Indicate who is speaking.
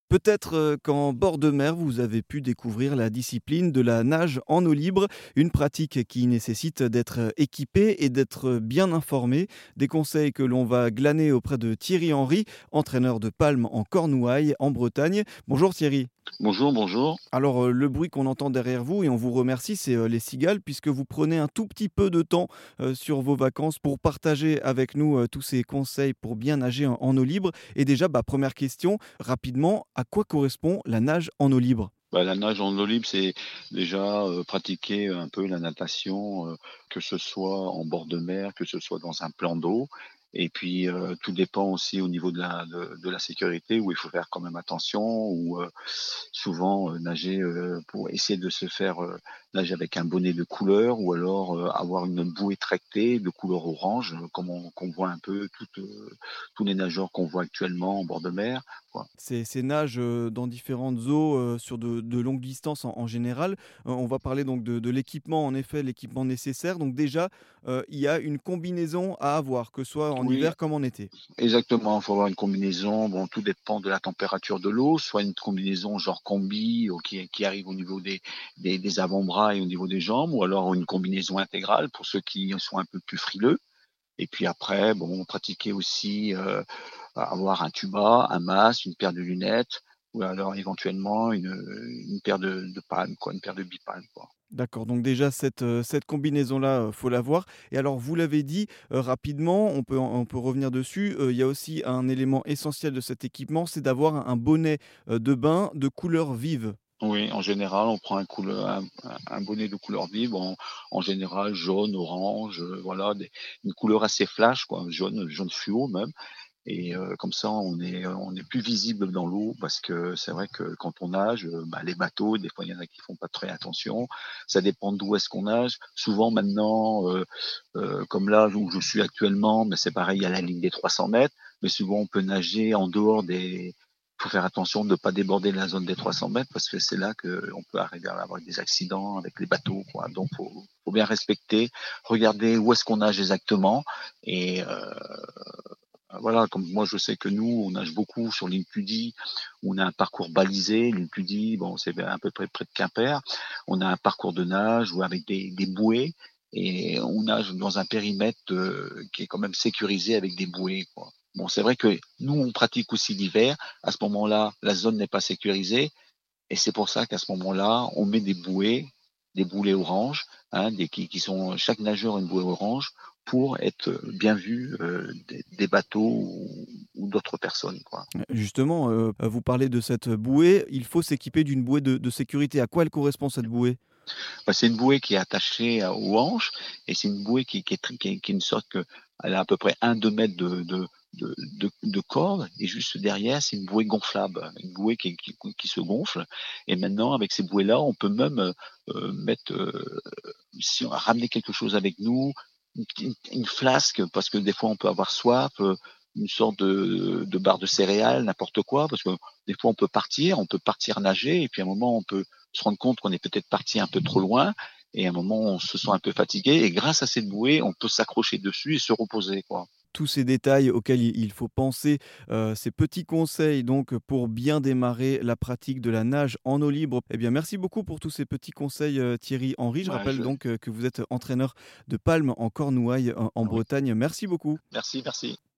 Speaker 1: Peut-être, qu'en bord de mer, vous avez pu découvrir la discipline de la nage en eau libre, une pratique qui nécessite d'être, équipé et d'être, bien informé. Des conseils que l'on va glaner auprès de Thierry Henry, entraîneur de palmes en Cornouailles, en Bretagne. Bonjour Thierry.
Speaker 2: Bonjour, bonjour.
Speaker 1: Alors, le bruit qu'on entend derrière vous et on vous remercie, c'est, les cigales puisque vous prenez un tout petit peu de temps, sur vos vacances pour partager avec nous, tous ces conseils pour bien nager en eau libre et déjà, 1re question, rapidement, à quoi correspond la nage en eau libre?
Speaker 2: La nage en eau libre, c'est déjà, pratiquer un peu la natation, que ce soit en bord de mer, que ce soit dans un plan d'eau et puis, tout dépend aussi au niveau de la sécurité où il faut faire quand même attention, où, souvent, nager, pour essayer de se faire, nager avec un bonnet de couleur ou alors, avoir une bouée tractée de couleur orange, comme on qu'on voit un peu tous les nageurs qu'on voit actuellement en bord de mer, quoi.
Speaker 1: Ces nages, dans différentes eaux, sur de longues distances en général. On va parler donc de l'équipement, en effet, l'équipement nécessaire. Donc déjà, il y a une combinaison à avoir, que ce soit en
Speaker 2: Oui,
Speaker 1: hiver comme en été?
Speaker 2: exactement, il faut avoir une combinaison. Bon, tout dépend de la température de l'eau, soit une combinaison genre combi ou qui arrive au niveau des avant-bras et au niveau des jambes, ou alors une combinaison intégrale pour ceux qui sont un peu plus frileux. Et puis après, bon, pratiquer aussi, avoir un tuba, un masque, une paire de lunettes ou alors éventuellement une paire de palmes quoi, une paire de bipalmes, quoi.
Speaker 1: D'accord, donc déjà cette combinaison-là, faut l'avoir et alors vous l'avez dit, rapidement, on peut revenir dessus, il y a aussi un élément essentiel de cet équipement, c'est d'avoir un bonnet, de bain de couleur vive.
Speaker 2: Oui, en général, on prend un bonnet de couleur vive, en général jaune, orange, voilà, une couleur assez flash quoi, jaune fluo même. Et comme ça, on est plus visible dans l'eau parce que c'est vrai que quand on nage, les bateaux, des fois, il y en a qui font pas très attention. Ça dépend d'où est-ce qu'on nage. Souvent maintenant, comme là où je suis actuellement, mais c'est pareil, il y a la ligne des 300 mètres, mais souvent on peut nager en dehors des faut faire attention de ne pas déborder la zone des 300 mètres parce que c'est là qu'on peut arriver à avoir des accidents avec les bateaux, quoi. Donc faut bien respecter, regarder où est-ce qu'on nage exactement et voilà, comme moi je sais que nous, on nage beaucoup sur l'île Tudy, on a un parcours balisé. L'île Tudy, bon, c'est à peu près de Quimper. On a un parcours de nage ou avec des bouées et on nage dans un périmètre qui est quand même sécurisé avec des bouées, quoi. Bon, c'est vrai que nous, on pratique aussi l'hiver. À ce moment-là, la zone n'est pas sécurisée et c'est pour ça qu'à ce moment-là, on met des boulets oranges, hein, qui sont chaque nageur a une bouée orange pour être bien vu des bateaux ou d'autres personnes, quoi.
Speaker 1: Justement, vous parlez de cette bouée, il faut s'équiper d'une bouée de sécurité. À quoi elle correspond cette bouée?
Speaker 2: C'est une bouée qui est attachée aux hanches et c'est une bouée qui est une sorte que elle a à peu près 1-2 mètres de corde et juste derrière, c'est une bouée gonflable, une bouée qui se gonfle et maintenant avec ces bouées-là, on peut même, mettre, si on a ramené quelque chose avec nous, une flasque parce que des fois on peut avoir soif, une sorte de barre de céréales, n'importe quoi, parce que des fois on peut partir nager et puis à un moment on peut se rendre compte qu'on est peut-être parti un peu trop loin et à un moment on se sent un peu fatigué et grâce à cette bouée, on peut s'accrocher dessus et se reposer, quoi.
Speaker 1: Tous ces détails auxquels il faut penser, ces petits conseils donc pour bien démarrer la pratique de la nage en eau libre. Eh bien, merci beaucoup pour tous ces petits conseils, Thierry Henry. Je
Speaker 2: Bah,
Speaker 1: rappelle
Speaker 2: je
Speaker 1: donc, que vous êtes entraîneur de palmes en Cornouailles, en
Speaker 2: oui,
Speaker 1: Bretagne. Merci beaucoup.
Speaker 2: merci, merci.